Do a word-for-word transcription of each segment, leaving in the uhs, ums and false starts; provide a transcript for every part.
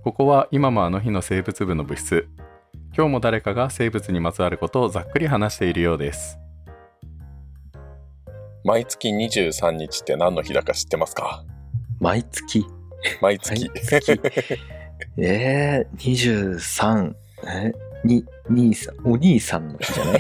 ここは今もあの日の生物部の部室。今日も誰かが生物にまつわることをざっくり話しているようです。 毎月にじゅうさんにちって何の日だか知ってますか？ 毎月毎月毎月えー、にじゅうさんえに兄さんお兄さんの日じゃない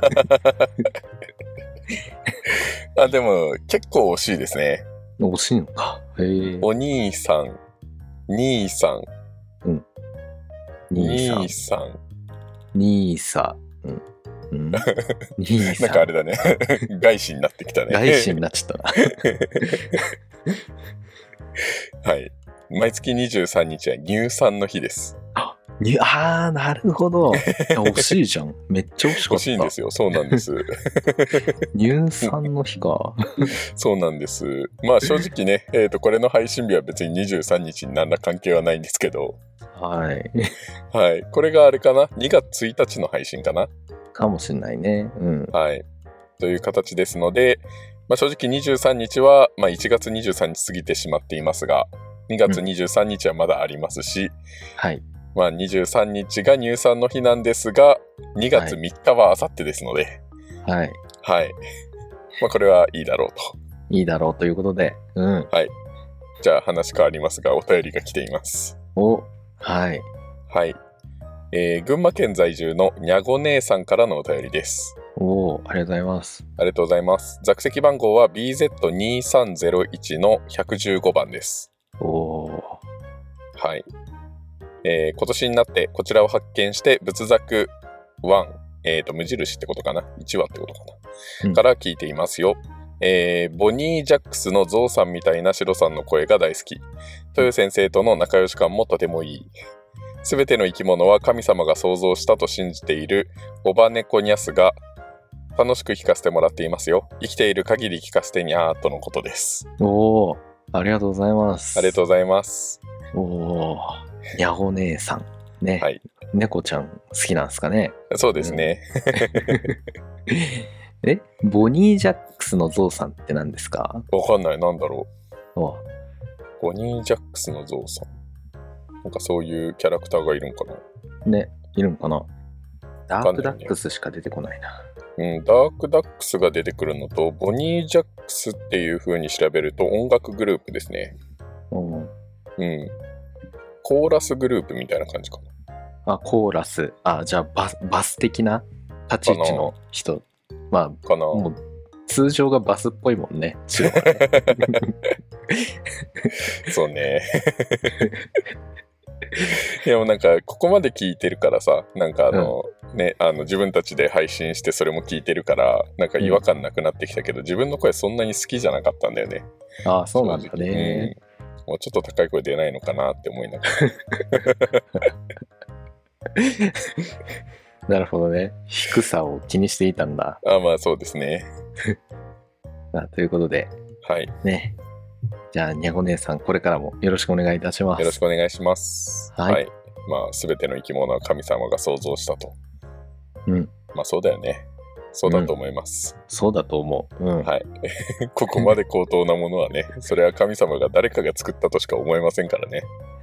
あ、でも結構惜しいですね。 惜しいのか。へー。 お兄さん、兄さん、 うん兄さん兄さん。 兄さんうんうん兄さんなんかあれだね。外資になってきたね。 外資になっちゃったなはい。毎月にじゅうさんにちは乳酸の日です。 にあーなるほど。惜しいじゃん。めっちゃ惜しかった。 惜しいんですよ。そうなんです。 乳酸の日か。 そうなんです。まあ正直ね、えっと、これの配信日は別ににじゅうさんにちに何ら関係はないんですけど、 はい。 はい。これがあれかな ?にがつついたちの配信かな？ かもしんないね。うん。 はい。という形ですので、まあ、正直にじゅうさんにちは、まあ、いちがつにじゅうさんにち過ぎてしまっていますが、にがつにじゅうさんにちはまだありますし、 はい。 まあ、にじゅうさんにちが乳酸の日なんですが、にがつみっかはあさってですので、 はい。 はい。まあ、これはいいだろうと。 いいだろうということで。うん。 はい。じゃあ話変わりますが、お便りが来ています。 お、はい。 はい。えー、群馬県在住のにゃご姉さんからのお便りです。 おー、ありがとうございます。 ありがとうございます。座席番号は ビーゼットにさんゼロいち のひゃくじゅうごばんです。 おー。 はい。えー、今年になってこちらを発見して仏作いち、えーと、無印ってことかな ?いち わってことかな、 うん、 から聞いていますよ。えー、ボニー・ジャックスのゾウさんみたいなシロさんの声が大好き。豊先生との仲良し感もとてもいい。すべての生き物は神様が創造したと信じているオバネコニャスが楽しく聞かせてもらっていますよ。生きている限り聞かせてにゃーとのことです。 おー、ありがとうございます。 ありがとうございます。 おー、にゃご姉さん。ね。 はい。 猫ちゃん好きなんですかね。 そうですね。 うん、え、ボニー・ジャックスのゾウさんって何ですか？ わかんない。なんだろう。 おボニー・ジャックスのゾウさん。なんかそういうキャラクターがいるんかな。 ね、いるんかな。ダークダックスしか出てこないな。 うん、ダークダックスが出てくるのと、ボニー・ジャックスっていう風に調べると音楽グループですね。 うん。 うん。コーラスグループみたいな感じかな。 あ、コーラス。あ、じゃあバス、バス的な立ち位置の人。まあ、 かな。 もう通常がバスっぽいもんね。白がねそうね。いやもうなんかここまで聞いてるからさ、なんかあの、うん、ね、あの自分たちで配信してそれも聞いてるからなんか違和感なくなってきたけど、うん、自分の声そんなに好きじゃなかったんだよね。 ああ、そうなんだね、 うん。もうちょっと高い声出ないのかなって思いながらなるほどね。低さを気にしていたんだ。 あ、まあそうですね。 あ、ということで、 はいね、じゃあにゃご姉さん、これからもよろしくお願いいたします。 よろしくお願いします。 はい、はい、 まあ全ての生き物は神様が創造したと。 うん。 まあそうだよね。そうだと思います。 うん、そうだと思う。うん。 はい。ここまで高等なものはね、それは神様が誰かが作ったとしか思えませんからね。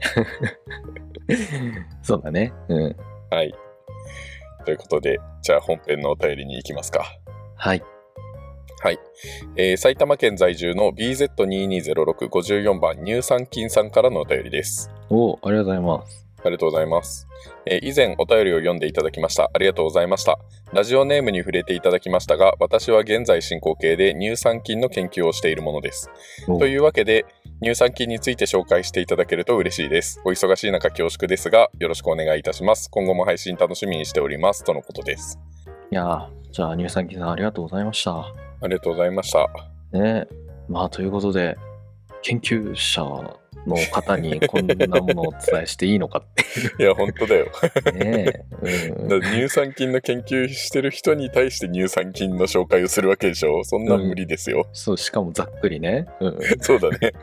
そうだね。うん。 はい。ということで、じゃあ本編のお便りに行きますか。 はい。 はい、えー。埼玉県在住の ビーゼットににゼロろくごじゅうよんばん乳酸菌さんからのお便りです。 お、ありがとうございます。 ありがとうございます。えー、以前お便りを読んでいただきました。ありがとうございました。ラジオネームに触れていただきましたが、私は現在進行形で乳酸菌の研究をしているものです。というわけで、乳酸菌について紹介していただけると嬉しいです。お忙しい中恐縮ですが、よろしくお願いいたします。今後も配信楽しみにしております。とのことです。 いやー、じゃあ乳酸菌さんありがとうございました。 ありがとうございました。 ねえ、まあということで、研究者の方にこんなものをお伝えしていいのかっていや本当だよねえ、うん、 だ乳酸菌の研究してる人に対して乳酸菌の紹介をするわけでしょ。そんな無理ですよ、 うん、そう、しかもざっくりね、うん、 そうだね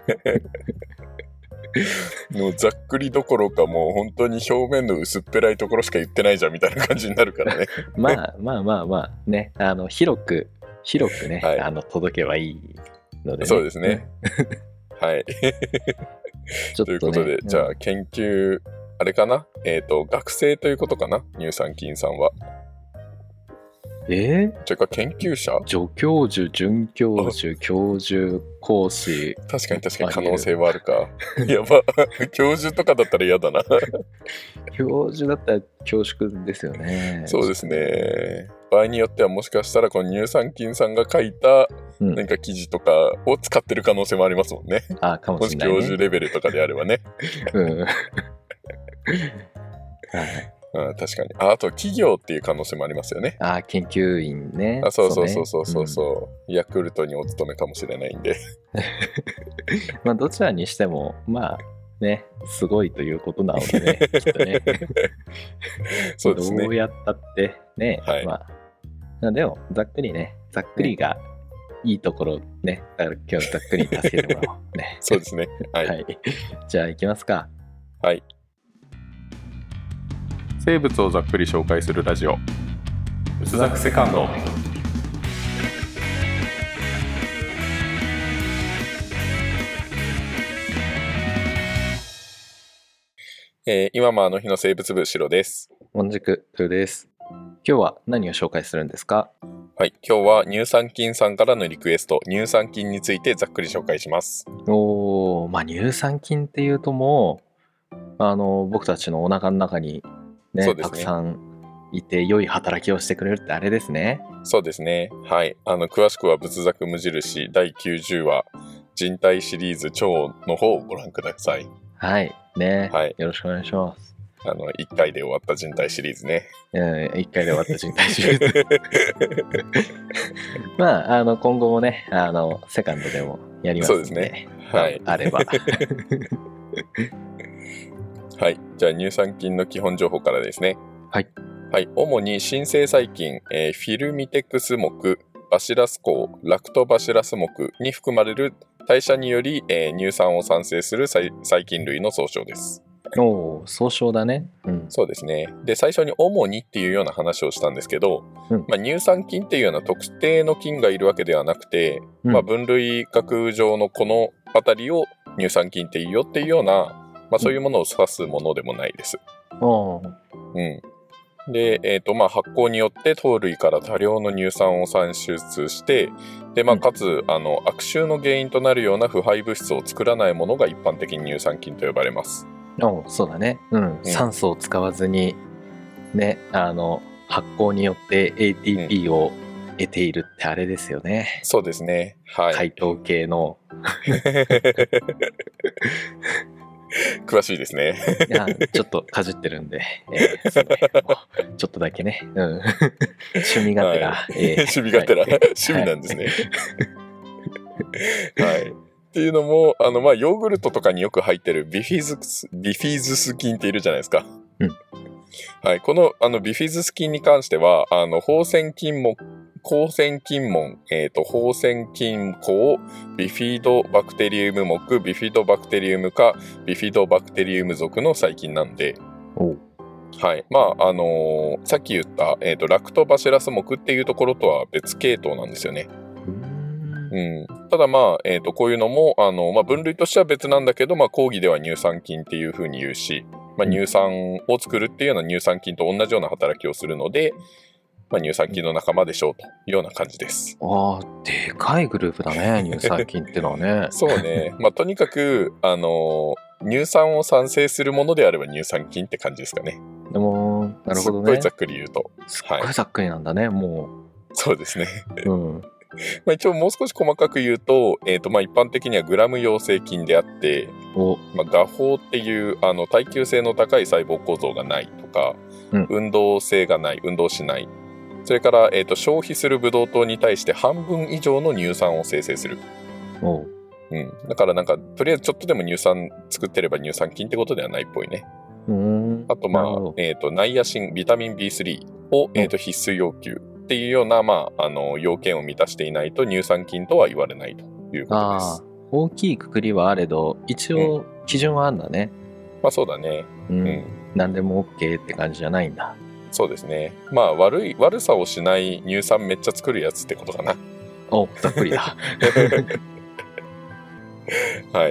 もうざっくりどころかもう本当に表面の薄っぺらいところしか言ってないじゃんみたいな感じになるからねまあまあまあまあね、あの広く広くね、はい、あの届けばいいので、ね、 そうですねはいちょっとね、 ということで、 うん、 じゃあ研究あれかな、えっ、と、学生ということかな、乳酸菌さんは。 えー、 それから研究者？ 助教授、准教授、教授、講師。 確かに確かに可能性はあるか。やば。教授とかだったら嫌だな。 教授だったら恐縮ですよね。 そうですね。場合によってはもしかしたらこの乳酸菌さんが書いた何か記事とかを使ってる可能性もありますもんね。 うん、あ、かももししれない、ね。 教授レベルとかであればね。 うん。はい。 あ、確かに。あ、あと企業っていう可能性もありますよね。 あ、研究員ね。 あ、そうそうそうそうそうそう、うん、ヤクルトにお勤めかもしれないんで。 まあどちらにしてもまあね、すごいということなのでね、きっとね。 そうですね。 どうやったってね、はい、まあでもざっくりね、ざっくりがいいところね、だから今日ざっくりに助けてもらおうね。 そうですね。はい。はい、 じゃあ行きますか。 はい。 生物をざっくり紹介するラジオ、薄ザクセカンド。 えー、今もあの日の生物部、シロです。 同じくトゥです。今日は何を紹介するんですか？ はい、今日は乳酸菌さんからのリクエスト、乳酸菌についてざっくり紹介します。 おー、まあ乳酸菌っていうともうあの僕たちのお腹の中にね、ね、たくさんいて良い働きをしてくれるってあれですね。 そうですね。はい。あの詳しくは仏作無印だいきゅうじゅうわ人体シリーズ超の方をご覧ください。 はいね、 はい、 よろしくお願いします。 あのいっかいで終わった人体シリーズね。 うん、いっかいで終わった人体シリーズ。まああの今後もね、あのセカンドでもやりますので、そうですね。はい。あれば。 はい。じゃあ乳酸菌の基本情報からですね。 はい。 はい。主に新生細菌、えー、フィルミテクス目、バシラス酵、ラクトバシラス目に含まれる代謝により、えー、乳酸を産生する細菌類の総称です。 おー、総称だね。うん。 そうですね。で、最初に主にっていうような話をしたんですけど、うん、まあ、乳酸菌っていうような特定の菌がいるわけではなくて、うん、まあ、分類学上のこのあたりを乳酸菌っていうよっていうような、まあ、そういうものを指すものでもないです。 うん。 うんで、えーとまあ、発酵によって糖類から多量の乳酸を産出してで、まあ、かつ、うん、あの悪臭の原因となるような腐敗物質を作らないものが一般的に乳酸菌と呼ばれます。 おそうだね、うん、うん、酸素を使わずに、ね、あの発酵によって エーティーピー を得ているってあれですよね、 うん、そうですね、はい、 解凍系の詳しいですね。 いやちょっとかじってるんで、えー、そうね、ちょっとだけね、うん、趣味がてら、 はいえー、趣味がてら、はい、趣味なんですね。はい、はい、っていうのもあの、まあ、ヨーグルトとかによく入ってるビフィズスビフィズス菌っているじゃないですか。 うんはい、このあのビフィズス菌に関してはあの放線菌も光線菌門、えーと、放線菌孔、ビフィドバクテリウム目、ビフィドバクテリウム科、ビフィドバクテリウム属の細菌なんで、はい、まああのー、さっき言った、えーと、ラクトバシラス目っていうところとは別系統なんですよね。うん、ただまあ、えーと、こういうのもあの、まあ、分類としては別なんだけど、まあ、講義では乳酸菌っていう風に言うし、まあ、乳酸を作るっていうような乳酸菌と同じような働きをするので、まあ、乳酸菌の仲間でしょうというような感じです。 ああ、でかいグループだね、乳酸菌ってのはね。 そうね、まあ、とにかく、あのー、乳酸を産生するものであれば乳酸菌って感じですかね。 でもなるほどね。 すっごいざっくり言うと。 すっごいざっくりなんだね、はい、もう。そうですね。 うん。 まあ一応もう少し細かく言うと、えーとまあ、一般的にはグラム陽性菌であって、まあ、画法っていうあの耐久性の高い細胞構造がないとか、うん、運動性がない、運動しない、それから、えーと消費するブドウ糖に対して半分以上の乳酸を生成する。 おう、 うん、だからなんかとりあえずちょっとでも乳酸作ってれば乳酸菌ってことではないっぽいね。 うーん、 あとまあ、えーとナイアシン、ビタミン ビースリー を、えーと必須要求っていうような、まあ、あの要件を満たしていないと乳酸菌とは言われないということです。 あ、大きいくくりはあれど一応基準はあるんだね。 うん、まあそうだね、 うんうん、何でも OK って感じじゃないんだ。 そうですね。まあ悪い悪さをしない乳酸めっちゃ作るやつってことかな。 お、ざっくりだ。 はい。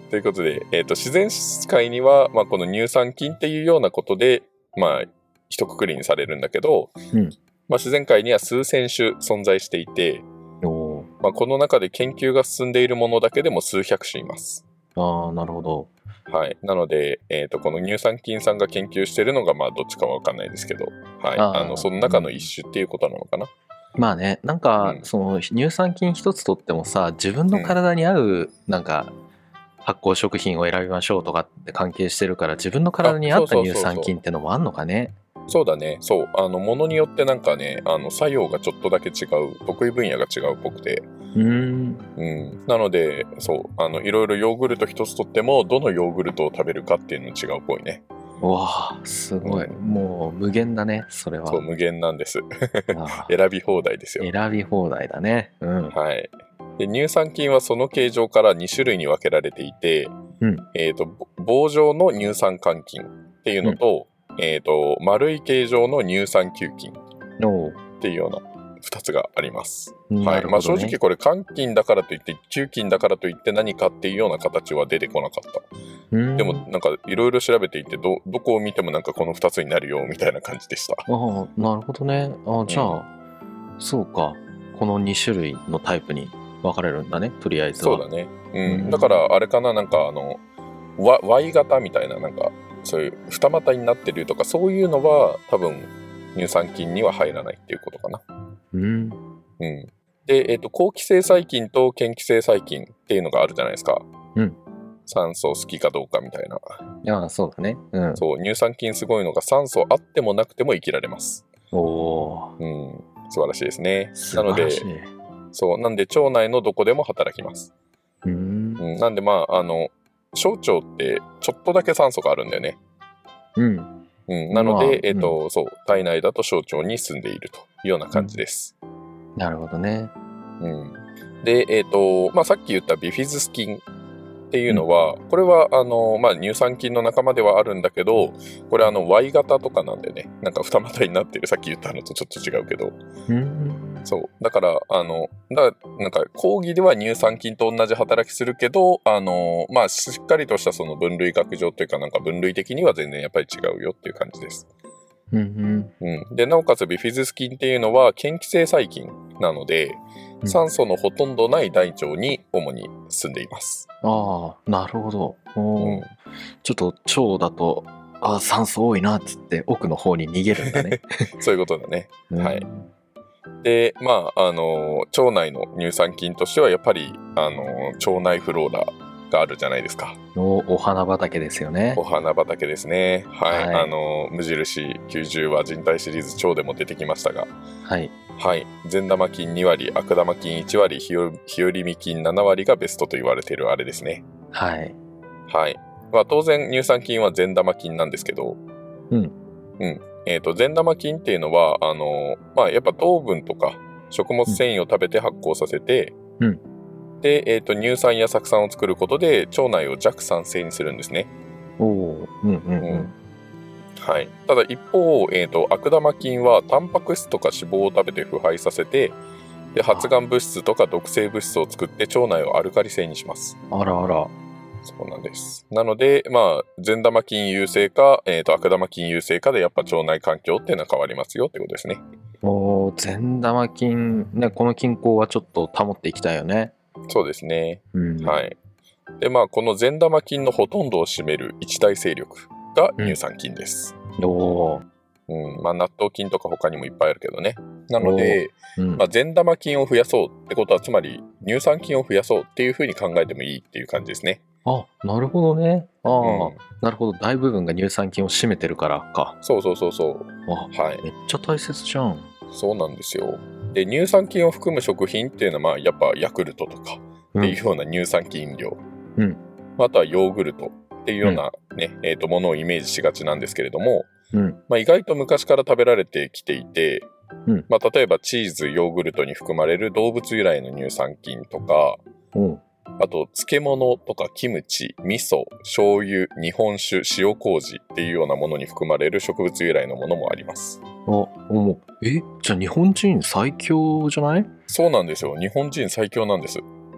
ということで、えーと、自然界には、まあ、この乳酸菌っていうようなことで、まあ、一括りにされるんだけど、 うんまあ、自然界には数千種存在していて、 おーまあ、この中で研究が進んでいるものだけでも数百種います。 ああ、なるほど。 はい、なので、えーと、この乳酸菌さんが研究しているのが、まあ、どっちかは分かんないですけど、はい、 あーあのその中の一種っていうことなのかな。 まあね、なんか、 うんその乳酸菌一つとってもさ、自分の体に合うなんか発酵食品を選びましょうとかって関係してるから、自分の体に合った乳酸菌ってのもあんのかね。 そうだね、そう、あのものによってなんかね、あの作用がちょっとだけ違う、得意分野が違うっぽくて、 うーんうん、なので、そう、あのいろいろヨーグルト一つとっても、どのヨーグルトを食べるかっていうの違うっぽいね。 うわあ、すごい、 うんもう無限だね、それは。 そう無限なんですあ選び放題ですよ。 選び放題だね。うん。 はい。で乳酸菌はその形状からに種類に分けられていて、 うんえーとぼ棒状の乳酸桿菌っていうのと、えーと丸い形状の乳酸球菌おうっていうようなふたつがあります。 なはい。まあ、 るほどね。 正直これ桿菌だからといって球菌だからといって何かっていうような形は出てこなかった。 うーんでもなんかいろいろ調べていて、どどこを見てもなんかこのふたつになるよみたいな感じでした。 ああ、なるほどね。あじゃあ、そうか。このに種類のタイプに分かれるんだね、とりあえずは。 そうだね。うん。 うんだからあれかな、なんかあの Y, Y 型みたいな、なんかそういう二股になってるとかそういうのは多分乳酸菌には入らないっていうことかな。 うん。 うん。で、えっと好気性細菌と嫌気性細菌っていうのがあるじゃないですか。 うん。 酸素好きかどうかみたいな。 ああ、そうだね。うん。 そう、乳酸菌すごいのが酸素あってもなくても生きられます。 おお。 うん。素晴らしいですね。なので素晴らしい。 そうなんで腸内のどこでも働きます。 うーん。 うん、なんでまああの小腸ってちょっとだけ酸素があるんだよね。 うん。 うん、なので、 まあえっとそう体内だと小腸に住んでいるというような感じです。 なるほどね。 うん、で、えっとまあ、さっき言ったビフィズス菌っていうのは、これはあの、まあ、乳酸菌の仲間ではあるんだけど、これあの Y 型とかなんだよね。なんか二股になってる、さっき言ったのとちょっと違うけど、 うーん。 そうだからあのだなんか講義では乳酸菌と同じ働きするけど、あのまあしっかりとしたその分類学上というか、なんか分類的には全然やっぱり違うよっていう感じです。 うんうん。 うん、でなおかつビフィズス菌っていうのは嫌気性細菌なので、 うん酸素のほとんどない大腸に主に住んでいます。 ああ、なるほど。おーうんちょっと腸だと、ああ、酸素多いなっつって奥の方に逃げるんだね。 そういうことだね。 うんはい。でまああの腸内の乳酸菌としてはやっぱりあの腸内フローラがあるじゃないですか。 おお花畑ですよねお。花畑ですね。はい。 はいあの無印きゅうじゅうは人体シリーズ腸でも出てきましたが、 はい。 はい。善玉菌に割、悪玉菌いち割、日和日和見菌なな割がベストと言われているあれですね。 はい。 はい。まあ当然乳酸菌は善玉菌なんですけど、 うん。 うん。えっと善玉菌っていうのはあのまあやっぱ糖分とか食物繊維を食べて発酵させて、 うんで、えっと乳酸や酢酸を作ることで腸内を弱酸性にするんですね。 おお。うんうんううんん。はい、ただ一方、えーと、悪玉菌はタンパク質とか脂肪を食べて腐敗させて、で発がん物質とか毒性物質を作って腸内をアルカリ性にします。 あらあら。 そうなんです。なのでまあ善玉菌優勢か、えーと、悪玉菌優勢かでやっぱ腸内環境っていうのは変わりますよってことですね。 おお、善玉菌ね、この均衡はちょっと保っていきたいよね。 そうですね。 うん。 はい。でまあこの善玉菌のほとんどを占める一大勢力が乳酸菌です。 おお。 うん、まあ納豆菌とか他にもいっぱいあるけどね。なので、 うんまあ、善玉菌を増やそうってことは、つまり乳酸菌を増やそうっていうふうに考えてもいいっていう感じですね。 あ、なるほどね。ああ、 うんなるほど。大部分が乳酸菌を占めてるからか。 そうそうそうそう。 あ、 はい。 めっちゃ大切じゃん。 そうなんですよ。で、乳酸菌を含む食品っていうのは、まあ、やっぱヤクルトとかっていうような乳酸菌飲料。 うん。 あとはヨーグルトっていうようなね、えーと、ものをイメージしがちなんですけれども、 うん。 まあ、意外と昔から食べられてきていて、 うんまあ、例えばチーズ、ヨーグルトに含まれる動物由来の乳酸菌とか、 うん。 あと漬物とかキムチ、味噌、醤油、日本酒、塩麹っていうようなものに含まれる植物由来のものもあります。 あ、もう、え、じゃあ日本人最強じゃない？ そうなんですよ。日本人最強なんです。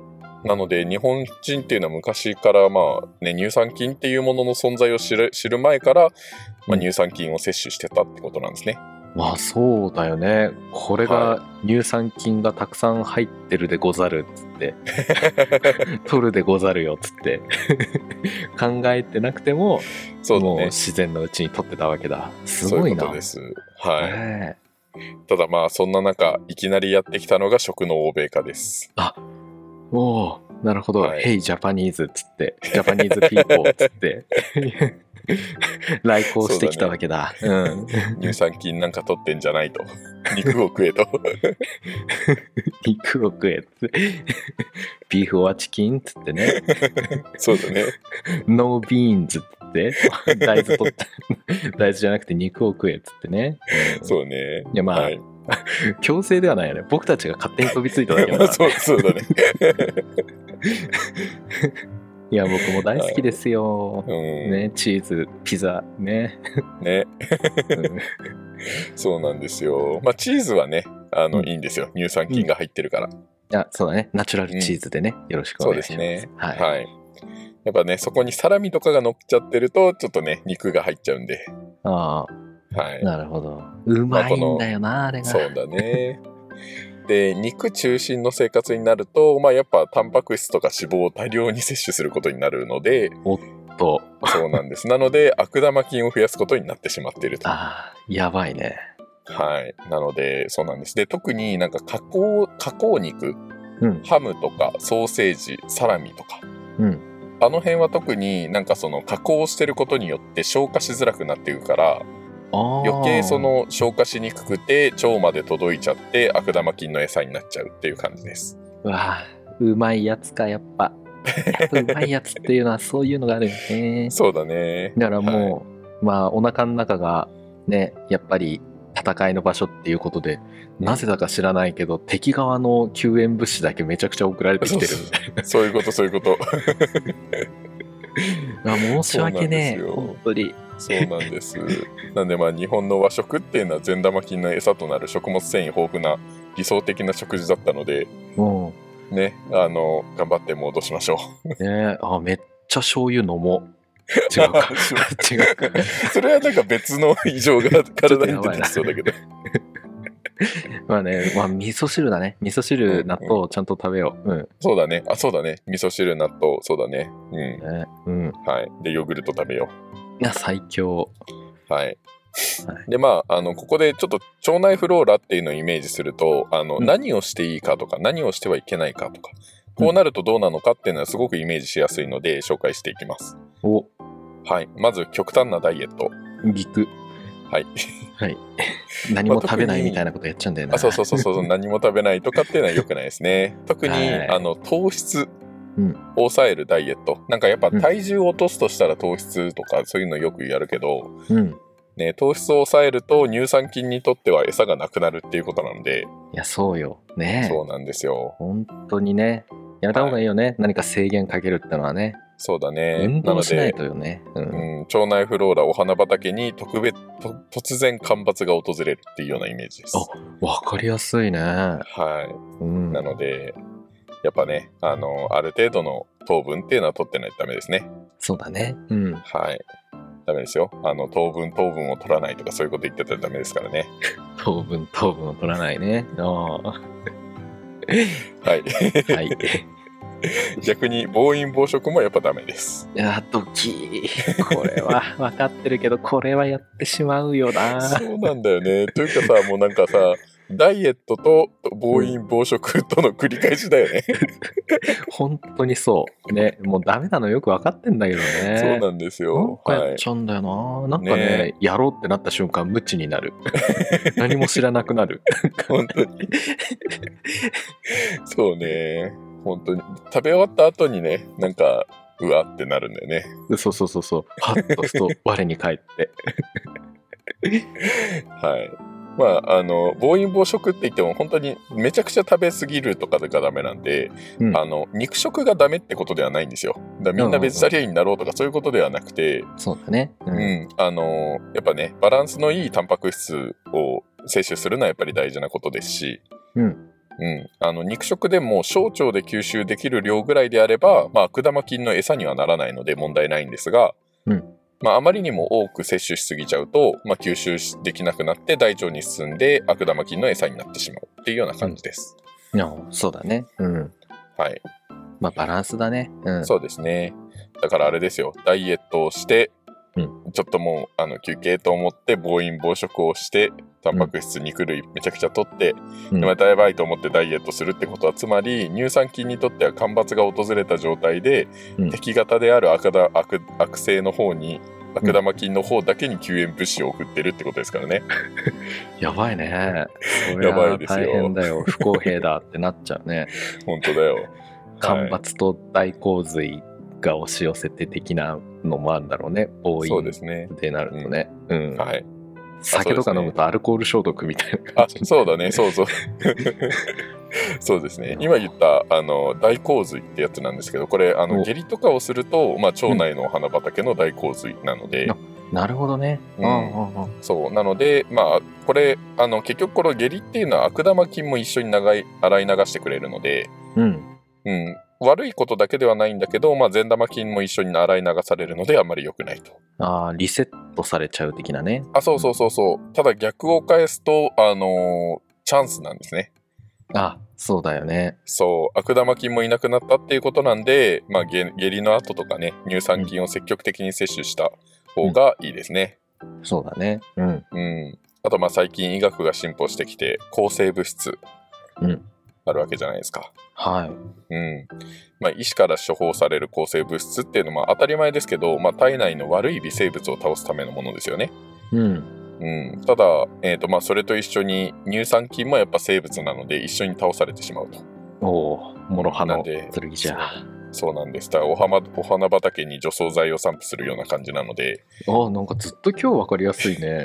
なので日本人っていうのは昔からまあね乳酸菌っていうものの存在を知る、知る前から、まあ、乳酸菌を摂取してたってことなんですね。 まあそうだよね。これが乳酸菌がたくさん入ってるでござるっつって取るでござるよっつって考えてなくてもそうだね、 もう自然のうちに取ってたわけだ。すごいな。 そういうことです。はい、 ね、 ただまあそんな中いきなりやってきたのが食の欧米化です。 あ、おお、なるほど。 はい、 Hey Japanese っつってジャパニーズピーポーっつって来航してきたわけだ。うだね、うん、 乳酸菌なんか取ってんじゃないと肉を食えと肉を食えってビーフオアチキンっつってねそうだね、 ノービーンズって大豆取って大豆じゃなくて肉を食えっつってね、 うん、そうね。 いやまあ、はい、強制ではないよね。僕たちが勝手に飛びついただけだから、ね、 そうそうだねいや僕も大好きですよ、 はい、うん、 ね、チーズピザねね、うん、そうなんですよ。まあチーズはねあの、うん、いいんですよ、乳酸菌が入ってるから、うん、 あ、そうだね、ナチュラルチーズでね、うん、よろしくお願いします。 そうですね、 はい、 はい、やっぱねそこにサラミとかが乗っちゃってるとちょっとね肉が入っちゃうんで、 ああ、はい、なるほど、うまいんだよな、まあ、あれが。そうだねで肉中心の生活になると、まあ、やっぱタンパク質とか脂肪を大量に摂取することになるので、 おっとそうなんです。なので悪玉菌を増やすことになってしまっていると。 ああ、やばいね。 はい、なのでそうなんです。で特になんか加工加工肉、 うん、 ハムとかソーセージ、サラミとか、 うん、 あの辺は特になんかその加工してることによって消化しづらくなっていくから余計その消化しにくくて腸まで届いちゃって悪玉菌の餌になっちゃうっていう感じです。 うわぁ、うまいやつかやっぱやっぱうまいやつっていうのはそういうのがあるよね。 そうだね。 だからもう、はい、まあお腹の中がねやっぱり戦いの場所っていうことで、うん、なぜだか知らないけど敵側の救援物資だけめちゃくちゃ送られてきてるみたいな。 そういうことそういうことあ、申し訳ねえ本当に。 そうなんです。なんでまあ日本の和食っていうのは善玉菌の餌となる食物繊維豊富な理想的な食事だったので、 うんね、あの頑張って戻しましょう。ね、あ、めっちゃ醤油飲もう。違うか違うかそれはなんか別の異常が体に出てきそうだけどまあね、まあ味噌汁だね。味噌汁、納豆をちゃんと食べよう。うん。 そうだね。あ、そうだね。味噌汁、納豆、そうだね。うん。 ね、うん。 はい。で、ヨーグルト食べよう。いや、最強。 はい。はい、で、まあ、あの、ここでちょっと腸内フローラっていうのをイメージすると、あの、うん、何をしていいかとか、何をしてはいけないかとか、こうなるとどうなのかっていうのはすごくイメージしやすいので、紹介していきます。 お。 はい。まず、極端なダイエット。 ぎく。 はい。 はい。何も食べないみたいなことやっちゃうんだよな。 あ、そうそうそうそう、何も食べないとかっていうのは良くないですね。特に、はい、あの糖質を抑えるダイエット、うん、なんかやっぱ体重を落とすとしたら糖質とかそういうのよくやるけど、 うんね、糖質を抑えると乳酸菌にとっては餌がなくなるっていうことなので。 いやそうよね。 そうなんですよ。 本当にね、やめた方がいいよね、はい、何か制限かけるってのはね。 そうだね。 運動しないとよね。 うんうん、腸内フローラお花畑に特別と突然干ばつが訪れるっていうようなイメージです。 あ、わかりやすいね。 はい。 うん、 なのでやっぱね、あのある程度の糖分っていうのは取ってないとダメですね。 そうだね。うん。 はい。ダメですよ。あの糖分糖分を取らないとかそういうこと言ってたらダメですからね。 糖分糖分を取らないね。あはい。 はい。 逆に暴飲暴食もやっぱダメです。 いやドキー、これは分かってるけどこれはやってしまうよな。 そうなんだよね。というかさ、もうなんかさ、ダイエットと暴飲暴食との繰り返しだよね。 本当にそうね。もうダメなのよく分かってんだけどね。 そうなんですよ。 なんかやっちゃうんだよな、はい、なんかね、ねやろうってなった瞬間無知になる。何も知らなくなる。 本当にそうね、本当に食べ終わった後にね、なんかうわってなるんだよね。 そうそうそうそう、ハッとふと我に返ってはい。まあ、あの暴飲暴食って言っても本当にめちゃくちゃ食べ過ぎるとかがダメなんで、うん、あの肉食がダメってことではないんですよ。だからみんなベジタリアンになろうとかそういうことではなくて、 そうだね、 うん、うん、あのやっぱねバランスのいいタンパク質を摂取するのはやっぱり大事なことですし、 うん、 うん、あの肉食でも小腸で吸収できる量ぐらいであれば、まあ、悪玉菌の餌にはならないので問題ないんですが、 うんまあ、あまりにも多く摂取しすぎちゃうと、まあ、吸収できなくなって大腸に進んで悪玉菌の餌になってしまうっていうような感じです。 いやそうだね。うん。 はい。 まあバランスだね。うん。 そうですね。だからあれですよ、ダイエットをして、 うん、 ちょっともうあの休憩と思って暴飲暴食をしてタンパク質、肉類めちゃくちゃ取って、うん、でまたやばいと思ってダイエットするってことは、つまり乳酸菌にとっては干ばつが訪れた状態で、うん、敵型である 悪, だ 悪, 悪性の方に悪玉菌の方だけに救援物資を送ってるってことですからね。 やばいね。それやばいですよ。 大変だよ。不公平だってなっちゃうね。 本当だよ。 干ばつと大洪水が押し寄せて的なのもあるんだろうね。暴飲でなるとね。うん。うん、はい。酒とか飲むとアルコール消毒みたいな感じ。 あ、そうだね。そうそう。そうですね。今言ったあの大洪水ってやつなんですけど、これあの下痢とかをすると、まあ、腸内のお花畑の大洪水なので。 うん、なるほどね。 うん、そうなので、まあこれあの結局この下痢っていうのは悪玉菌も一緒に長い洗い流してくれるので、 うんうん、悪いことだけではないんだけど、まあ、善玉菌も一緒に洗い流されるのであんまり良くないと。 ああ、リセットされちゃう的なね。 あ、そうそうそうそう。ただ逆を返すと、あのー、チャンスなんですね。 あ、そうだよね。 そう、悪玉菌もいなくなったっていうことなんで、まあ、下痢の後とかね、乳酸菌を積極的に摂取した方がいいですね。 うん、そうだね。うん。 うん。あと、まあ、最近医学が進歩してきて、抗生物質。 うん。 あるわけじゃないですか。 はい。 うん。まあ、医師から処方される抗生物質っていうのは当たり前ですけど、まあ、体内の悪い微生物を倒すためのものですよね。 うん。 うん、ただ、えーとまあ、それと一緒に乳酸菌もやっぱ生物なので一緒に倒されてしまうと。 おお、諸刃の剣じゃ。 そうなんです。だからお花お花畑に除草剤を散布するような感じなので。 ああ、なんかずっと今日分かりやすいね。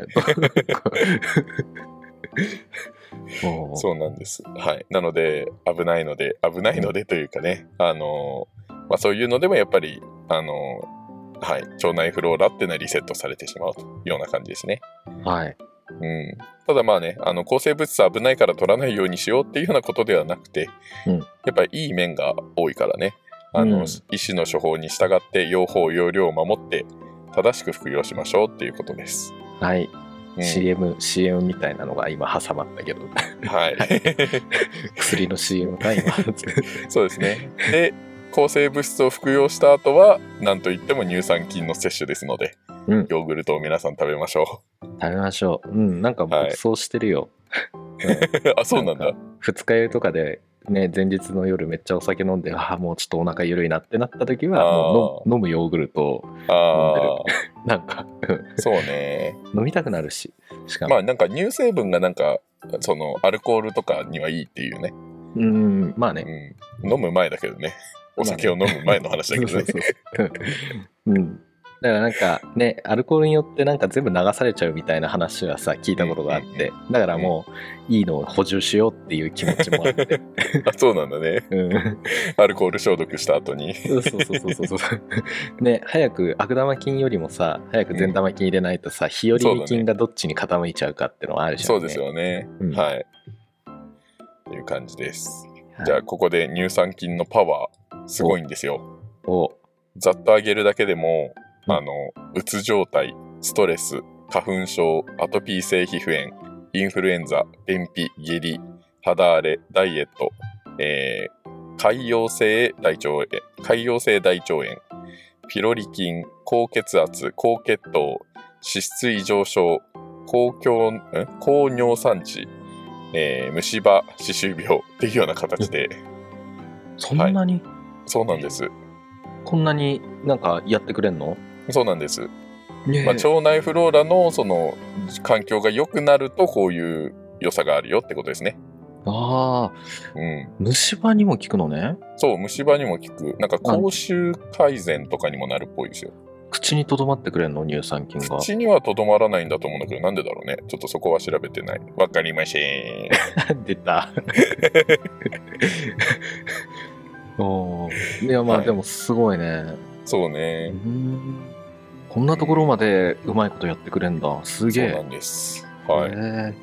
そうなんです。はい。なので危ないので危ないのでというかね、あのまあ、そういうのでもやっぱりあのはい、腸内フローラっていうのはリセットされてしまうというような感じですね。 はい。 うん、ただまあね、あの抗生物質危ないから取らないようにしようっていうようなことではなくて、 うん、 やっぱりいい面が多いからね、あの、うん、医師の処方に従って用法用量を守って正しく服用しましょうっていうことです。 はい。うん、シーエム、シーエム みたいなのが今挟まったけど。 はい。 薬の シーエム が今。 そうですね。で、抗生物質を服用した後はなんといっても乳酸菌の摂取ですので、うん、ヨーグルトを皆さん食べましょう。 食べましょう。うん、なんか僕そうしてるよ。 はい、あ、そうなんだ。 二日酔いとかでね、前日の夜めっちゃお酒飲んで、ああもうちょっとお腹緩いなってなった時はもう飲むヨーグルトを飲んでる。なんかそうね。 飲みたくなるし。しかもまあなんか乳成分がなんかそのアルコールとかにはいいっていうね。 うん、まあね、 うん。飲む前だけどね。お酒を飲む前の話だけどね。 うん。だからなんかね、アルコールによってなんか全部流されちゃうみたいな話はさ、聞いたことがあって、うんうんうん、だからもういいのを補充しようっていう気持ちもあって。 あ、そうなんだね。 うん。 アルコール消毒した後に。 そうそうそうそうそう。ね、早く悪玉菌よりもさ、早く善玉菌入れないとさ、うん、日和見菌がどっちに傾いちゃうかっていうのはあるじゃん、ね。 そうですよね。うん、はい。という感じです。 はい、 じゃあここで乳酸菌のパワーすごいんですよ。 おざっと上げるだけでも、うん、あのうつ状態、ストレス、花粉症、アトピー性皮膚炎、インフルエンザ、便秘、下痢、肌荒れ、ダイエット、えー、潰瘍性大腸炎、潰瘍性大腸炎、ピロリ菌、高血圧、高血糖、脂質異常症、高強ん高尿酸値、えー、虫歯、歯周病っていうような形で。 そんなに、はい、 そうなんです。 こんなになんかやってくれんの？ そうなんです。ね、まあ、腸内フローラのその環境が良くなるとこういう良さがあるよってことですね。 ああ、うん。虫歯にも効くのね。 そう、虫歯にも効く。なんか口臭改善とかにもなるっぽいですよ。 口にとどまってくれんの？乳酸菌が。 口にはとどまらないんだと思うんだけど、なんでだろうね。ちょっとそこは調べてない。わかりません。 出た。おいやまあ、はい、でもすごいね。 そうね。 うんこんなところまでうまいことやってくれんだ。すげえ。 そうなんです。はい。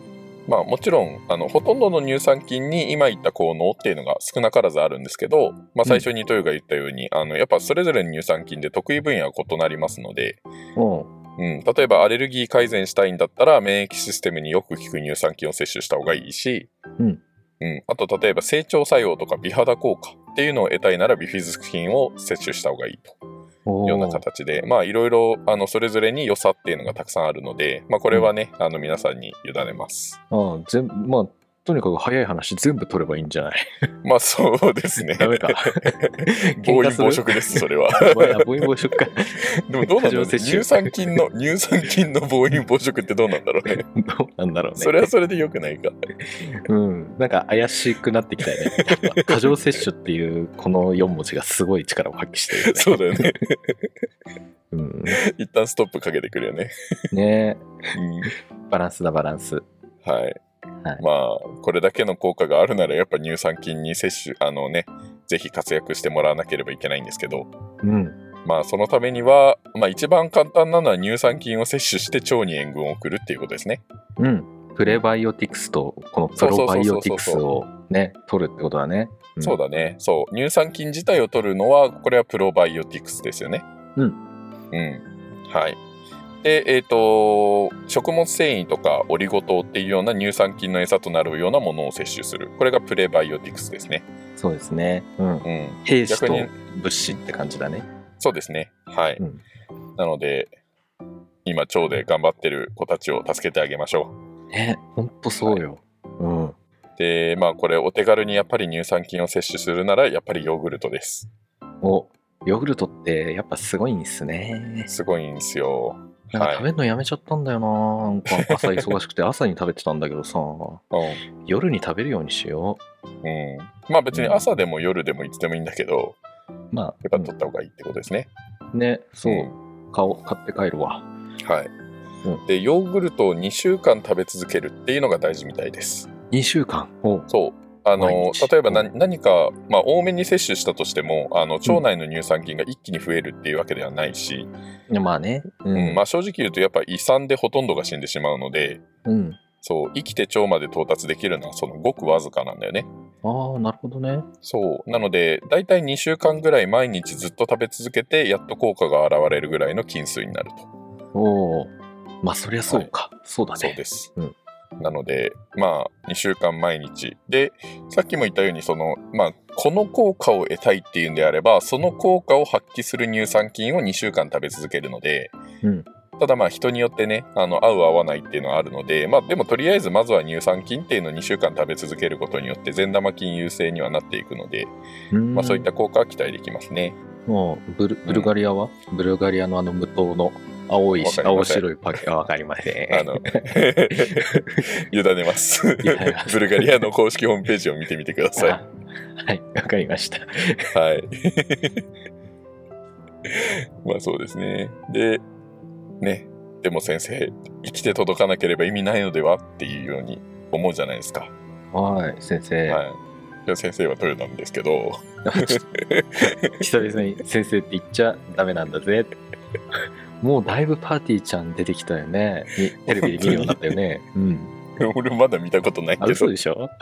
まあもちろんあのほとんどの乳酸菌に今言った効能っていうのが少なからずあるんですけど、まあ、最初に豊が言ったように、うん、あのやっぱそれぞれの乳酸菌で得意分野は異なりますので、うん、例えばアレルギー改善したいんだったら免疫システムによく効く乳酸菌を摂取した方がいいし、 うんうん、あと例えば整腸作用とか美肌効果っていうのを得たいならビフィズス菌を摂取した方がいいというような形で、まあいろいろあのそれぞれに良さっていうのがたくさんあるので、まあ、これはね、うん、あの皆さんに委ねます。 ああ全まあとにかく早い話全部取ればいいんじゃない？ まあそうですね。 ダメか。 暴飲暴食ですそれは。 暴飲暴食か。 でもどうなんだろうね。乳酸菌の乳酸菌の暴飲暴食ってどうなんだろうね。 どうなんだろうね。 それはそれで良くないか。 うん。なんか怪しくなってきたよね。過剰摂取っていうこのよん文字がすごい力を発揮してるよね。 そうだよね。 うん、 一旦ストップかけてくるよね。 ねえ、 うん。バランスだバランス。 はい。 はい、 まあこれだけの効果があるならやっぱ乳酸菌に摂取あのねぜひ活躍してもらわなければいけないんですけど、 うん、 まあそのためには、まあ、一番簡単なのは乳酸菌を摂取して腸に塩分を送るっていうことですね。 うん、プレバイオティクスとこのプロバイオティクスをね取るってことだね、 うん、そうだね。そう乳酸菌自体を取るのはこれはプロバイオティクスですよね。 うんうんはいで、えーと、食物繊維とかオリゴ糖っていうような乳酸菌の餌となるようなものを摂取する。これがプレバイオティクスですね。 そうですね。うん。うん、兵士と物資って感じだね。 そうですね。はい。うん、なので、今、腸で頑張ってる子たちを助けてあげましょう。ね、ほんとそうよ。はい、うん。 で、まあ、これ、お手軽にやっぱり乳酸菌を摂取するなら、やっぱりヨーグルトです。 お、ヨーグルトってやっぱすごいんですね。 すごいんですよ。 なんか食べるのやめちゃったんだよな、はい、なんか朝忙しくて朝に食べてたんだけどさ、うん、夜に食べるようにしよう。うん。まあ別に朝でも夜でもいつでもいいんだけど、うん、まあやっぱ取った方がいいってことですね。 ね、そう、うん、買おう買って帰るわ。 はい。うん、でヨーグルトをにしゅうかん食べ続けるっていうのが大事みたいです。 にしゅうかん。 そう。あの例えば何何か、まあ、多めに摂取したとしてもあの腸内の乳酸菌が一気に増えるっていうわけではないし、 うん、まあね、 うんうんまあ、正直言うとやっぱ胃酸でほとんどが死んでしまうので、 うん、 そう生きて腸まで到達できるのはそのごくわずかなんだよね。 ああなるほどね。 そうなのでだいたいにしゅうかんぐらい毎日ずっと食べ続けてやっと効果が現れるぐらいの菌数になると。 おおまあそりゃそうか、はい、そうだね。 そうです、 うんなのでまあにしゅうかん毎日でさっきも言ったようにそのまあこの効果を得たいっていうんであればその効果を発揮する乳酸菌をにしゅうかん食べ続けるので、 うん、 ただまあ人によってねあの合う合わないっていうのはあるのでまあでもとりあえずまずは乳酸菌っていうのをにしゅうかん食べ続けることによって善玉菌優勢にはなっていくので、まあ、そういった効果は期待できますね。 もうブル、ブルガリアは、うん、ブルガリアのあの無糖の青い青白いパッケは分かりません。 あの委ねます。ブルガリアの公式ホームページを見てみてください。 はいわかりました。 はい。まあそうですね。でねでも先生生きて届かなければ意味ないのではっていうように思うじゃないですか。 はい先生。 はい。いや先生は豊なんですけど久々に先生って言っちゃダメなんだぜ。もうだいぶパーティーちゃん出てきたよね。テレビで見るようになったよね。うん。 俺まだ見たことないけど。 あ、嘘でしょ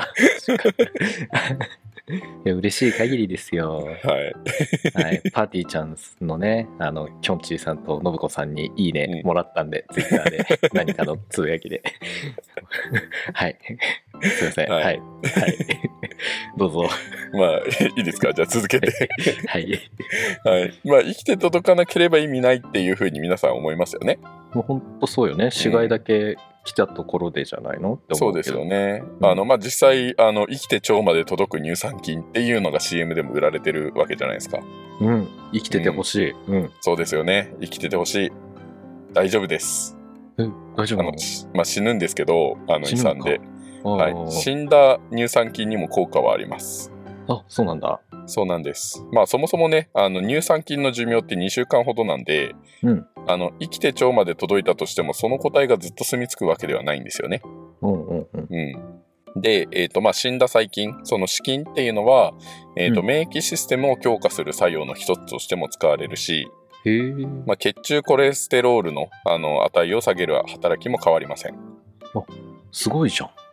いや嬉しい限りですよ。 はい。 はい、パーティーちゃんのね、あのきょんちぃさんと信子さんにいいねもらったんで、うん、ツイッターで何かのつぶやきで。はい。すいません。はい。はい。はい、どうぞ。 まあいいですか。じゃあ続けて。 はい。 はい。まあ生きて届かなければ意味ないっていうふうに皆さん思いますよね。 もう本当そうよね。死骸だけ来たところでじゃないのって思うけど。 そうですよね。うん、あのまあ実際あの生きて腸まで届く乳酸菌っていうのが シーエム でも売られてるわけじゃないですか。 うん。生きててほしい。うん。うん、 そうですよね。生きててほしい。大丈夫です。 え、大丈夫なの？ あのまあ死ぬんですけど、あの胃酸で。はい、死んだ乳酸菌にも効果はあります。 あ、そうなんだ。 そうなんです。まあそもそもねあの乳酸菌の寿命ってにしゅうかんほどなんで、 うん、 あの生きて腸まで届いたとしてもその個体がずっと住み着くわけではないんですよね。 うんうんうんうん、で、えーとまあ、死んだ細菌その死菌っていうのは、えーとうん、免疫システムを強化する作用の一つとしても使われるし、 へー、 まあ、血中コレステロールの、あの値を下げる働きも変わりません。 あ、すごいじゃん。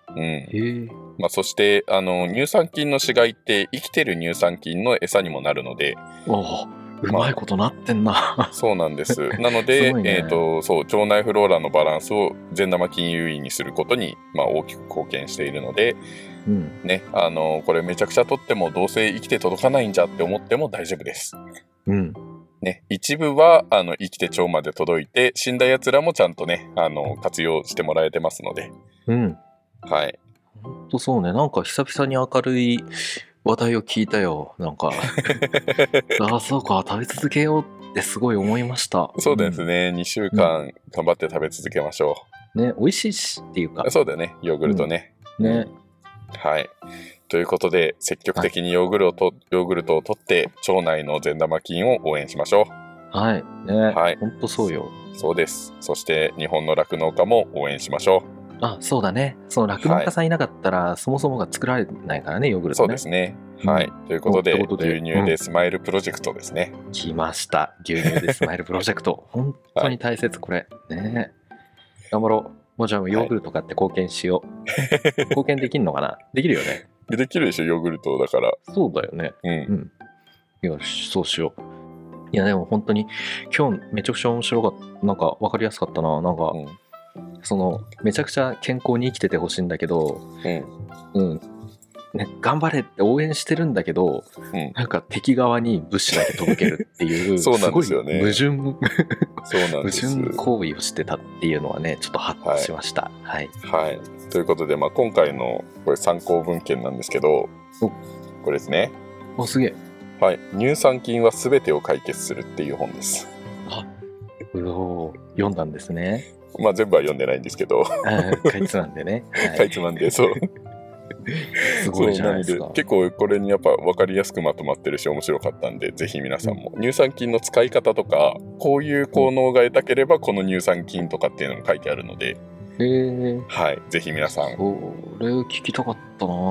うん。 へえ。 まあ、そしてあの乳酸菌の死骸って生きてる乳酸菌の餌にもなるので、 おお、うまいことなってんな。 そうなんです。なので、 すごいねえーと、そう、腸内フローラのバランスを善玉菌優位にすることに、まあ、大きく貢献しているので、 うん。 ね、あのこれめちゃくちゃ取ってもどうせ生きて届かないんじゃって思っても大丈夫です。 うん。 ね、一部はあの生きて腸まで届いて、死んだやつらもちゃんとね、あの活用してもらえてますので、 うん。 はい。 ほんとそうね。なんか久々に明るい話題を聞いたよ。なんか、ああ、そうか、食べ続けようってすごい思いました。 そうですね、にしゅうかん頑張って食べ続けましょうん。ね、美味しいしっていうかう。。そうだよね、ヨーグルトね。 ね。 はい。ということで、積極的にヨーグルトをと、ヨーグルトを取って、腸内の善玉菌を応援しましょはい。ね。 はいほんとそうよ。 う。そうです。そして、日本の酪農家も応援しましょあ、そうだね。その酪農家さんいなかったら、そもそもが作られないからね、ヨーグう。 ルトね。 そうですね。 うんはい。ということで、 ということで牛乳でスマイルプロジェクトですね。 来ました。牛乳でスマイルプロジェクト。本当に大切、これ。ね。頑張ろう。もうじゃあヨーグルト買って貢献しよう。貢献できんのかな。できるよね。 できるでしょ、ヨーグルトだから。 そうだよね。 うん。 うん。よし、そうしよう。いや、でも本当に、今日めちゃくちゃ面白かった。なんか分かりやすかったな。なんか、 うん。 その、めちゃくちゃ健康に生きててほしいんだけど、 うん。 うん。ね、頑張れって応援してるんだけど、 うん。 なんか敵側に物資だけ届けるっていう、 そうなんですよねごい矛盾、 そうなん矛です。 盾行為をしてたっていうのはね、ちょっとハッとしました。はい。 はい。ということで、まあ、今回のこれ参考文献なんですけど、 おこれですね。 お、すげえ。 はい。乳酸菌は全てを解決するっていう本です。 あ、うおー、読んだんですね。 まあ、全部は読んでないんですけど、 あかいつなんでね。はかいつまんで、そう。 すごいじゃないですかそうなの。で結構これにやっぱ分かりやすくまとまってるし面白かったんで、ぜひ皆さんも乳酸菌の使い方とか、こういう効能が得たければこの乳酸菌とかっていうのが書いてあるので、 えー、 はい、ぜひ皆さんこれ聞きたかったな。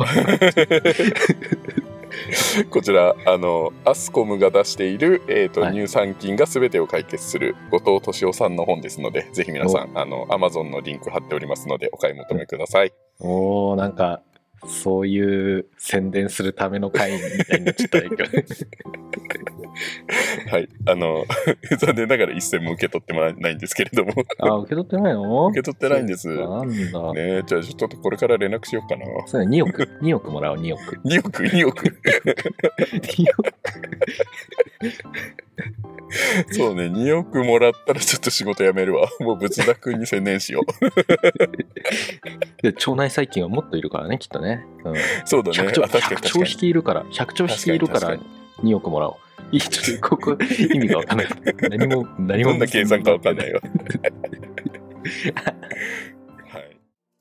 こちらあのアスコムが出している、えーとはい乳酸菌が全てを解決する後藤俊夫さんの本ですので、ぜひ皆さんあの Amazon のリンク貼っておりますのでお買い求めください。 おー、なんか、そういう宣伝するための会みたいになっちゃったらいいけど。 はい、あの残念ながら一銭も受け取ってもらえないんですけれどもあ、受け取ってないの？ 受け取ってないんです。 そうなんだ。 ねえ、じゃあちょっとこれから連絡しようかな。 そうね、におく。におくもらおう、におく。 におく、におく。 におく。 そうね、におくもらったらちょっと仕事辞めるわ。もう仏田君に専念しよう。 で、腸内細菌はもっといるからね、きっとね。うん、 そうだね。 ひゃく兆、 あ確かにひゃく兆確かに。 匹いるから、ひゃく兆匹いるから確かににおくもらおう。いい、ちょっとここ意味がわかんない。何も、何も。 どんな計算かわかんないわ。はい。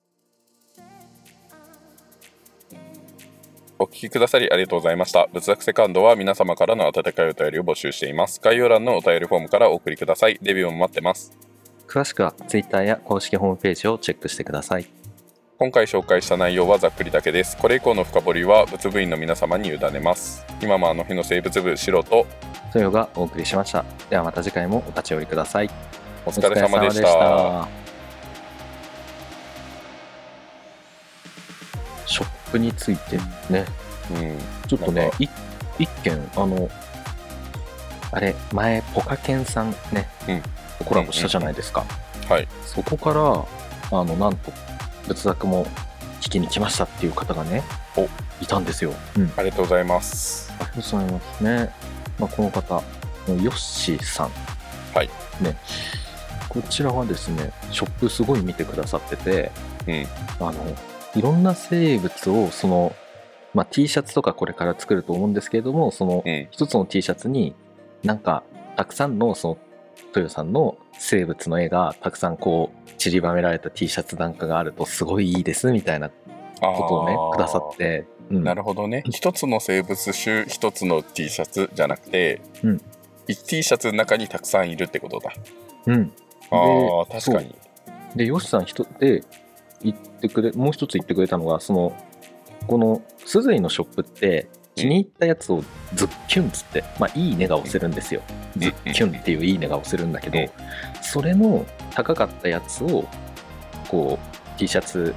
お聞きくださりありがとうございました。仏作セカンドは皆様からの温かいお便りを募集しています。概要欄のお便りフォームからお送りください。レビューも待ってます。 詳しくは Twitter や公式ホームページをチェックしてください。 今回紹介した内容はざっくりだけです。これ以降の深掘りは仏部員の皆様に委ねます。今もあの日の生物部白と豊がお送りしました。ではまた次回もお立ち寄りください。 お疲れ様でした。 お疲れ様でしたショップについてね、 うん、 ちょっとねなんか、 い一件、あの、あれ、前、ポカケンさんね、 うんコラボしたじゃないですか。 はい。 そこから、あの、なんと、仏作も聞きに来ましたっていう方がね、 おいたんですよ。うん。 ありがとうございます。 ありがとうございますね。まあ、この方、ヨッシーさん。 はい。 ね。こちらはですね、ショップすごい見てくださってて、 うん。 あの、いろんな生物を、その、まあ、T シャツとかこれから作ると思うんですけれども、その、 うん。 一つの T シャツに、なんか、たくさんの、その、豊さんの生物の絵がたくさんこう、散りばめられた T シャツなんかがあるとすごいいいですみたいなことをね、くださって、うん、 なるほどね。一つの生物種、一つの T シャツじゃなくて、 うん、 T シャツの中にたくさんいるってことだ。 うん。 ああ、確かに。 で、ヨシさん一つで言ってくれ、もう一つ言ってくれたのが、その、このスズイのショップって気に入ったやつをズッキュンつって、まあいいねが押せるんですよ。ズッキュンっていういいねが押せるんだけど、それの高かったやつをこう T シャツ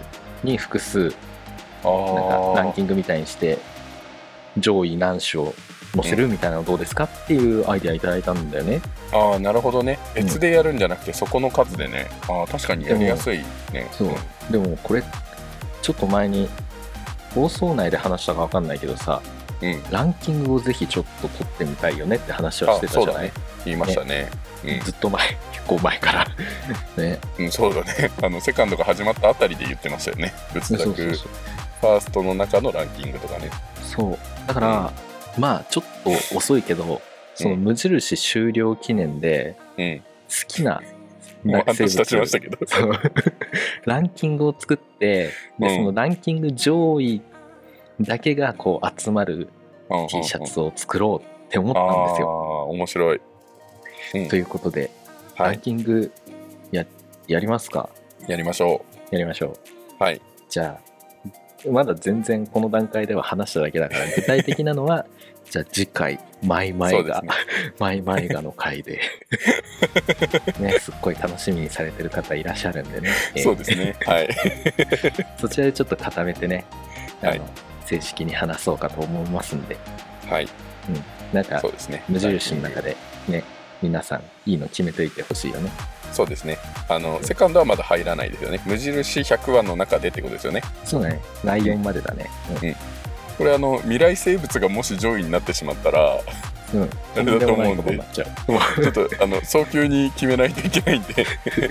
に複数あなんかランキンングみたいにして上位何種を載せるみたいなのどうですかっていうアイデアいただいたんだよね。 ああなるほどね。別でやるんじゃなくてそこの数でね。ああ確かにやりやすいね。 そうでもこれちょっと前に放送内で話したか分かんないけどさ、 うん、 ランキングをぜひちょっと取ってみたいよねって話はしてたじゃない。 あそうだね、言いましたね。 ね、うん、ずっと前結構前からね、 うん、そうだね。あのセカンドが始まったあたりで言ってましたよね。仏作ファーストの中のランキングとかね。 そうだから、うん、まあちょっと遅いけどその無印終了記念で好きな、 うん、もう半年経ちましたけどランキングを作ってで、うん、そのランキング上位だけがこう集まる T シャツを作ろうって思ったんですよ。 ああ面白い、 うん、ということで、 はい、 ランキング や, やりますか。 やりましょうやりましょう。はい。 じゃあまだ全然この段階では話しただけだから具体的なのはじゃあ次回マイマイガ、ね、マイマイガの回でねすっごい楽しみにされてる方いらっしゃるんでね。 そうですね。はいそちらでちょっと固めてねあの、はい、正式に話そうかと思いますんで。 はい。 うん、なんかそうですね。 無印の中でね皆さんいいの決めといてほしいよね。 そうですね。あのセカンドはまだ入らないですよね。無印ひゃくわの中でってことですよね。 そうね。ライオンまでだね。 うん。うん、これあの未来生物がもし上位になってしまったら、 うん、 あれだと思うんで、ちょっとあの早急に決めないといけないんで、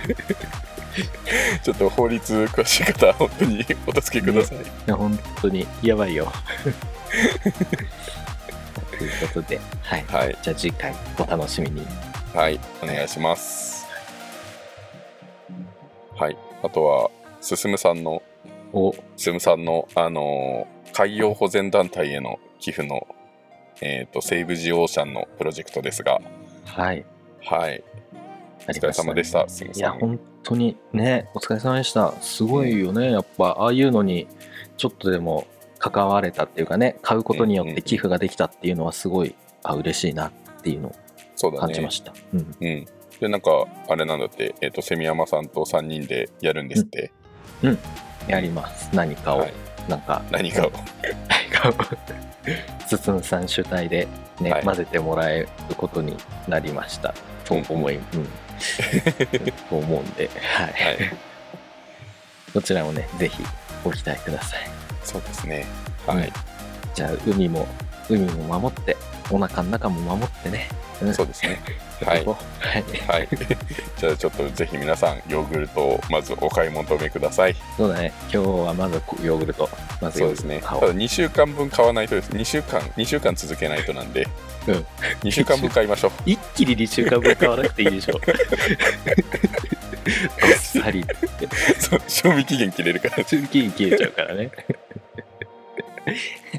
ちょっと法律詳しい方は本当にお助けください。ね、 いや本当にやばいよ。ということで、はい。はい、じゃあ次回お楽しみに。 はい、お願いします。はい、あとは進さんの進さんの、あのー、海洋保全団体への寄付の、えーと、セーブ・ジ・オーシャンのプロジェクトですが、 はいはい、お疲れ様でした。進さん。 いや本当にねお疲れ様でした。すごいよね、うん、やっぱああいうのにちょっとでも関われたっていうかね買うことによって寄付ができたっていうのはすごい、うんうん、あ嬉しいなっていうのを感じました。 そうだね。うん、うんでなんかあれなんだって、えーと、セミヤマさんとさんにんでやるんですって。 うん、うん、やります。何かを、はい、なんか何かを何かを進さん主体でね、はい、混ぜてもらえることになりましたと思い、うんうん、と思うんで、はい、はい、どちらもねぜひご期待ください。 そうですね。はい、うん、 じゃあ海も海も守ってお腹の中も守ってね。 うん、そうですね。はい、はい、じゃあちょっとぜひ皆さんヨーグルトをまずお買い求めください。 そうだね。今日はまずヨーグルトまずヨーグルト買おう。 そうですね。ただにしゅうかんぶん買わないとです。にしゅうかんにしゅうかん続けないとなんで、うん、にしゅうかんぶん買いましょう。 一気ににしゅうかんぶん買わなくていいでしょ。あっさりってそう賞味期限切れるから。 賞味期限切れちゃうからね。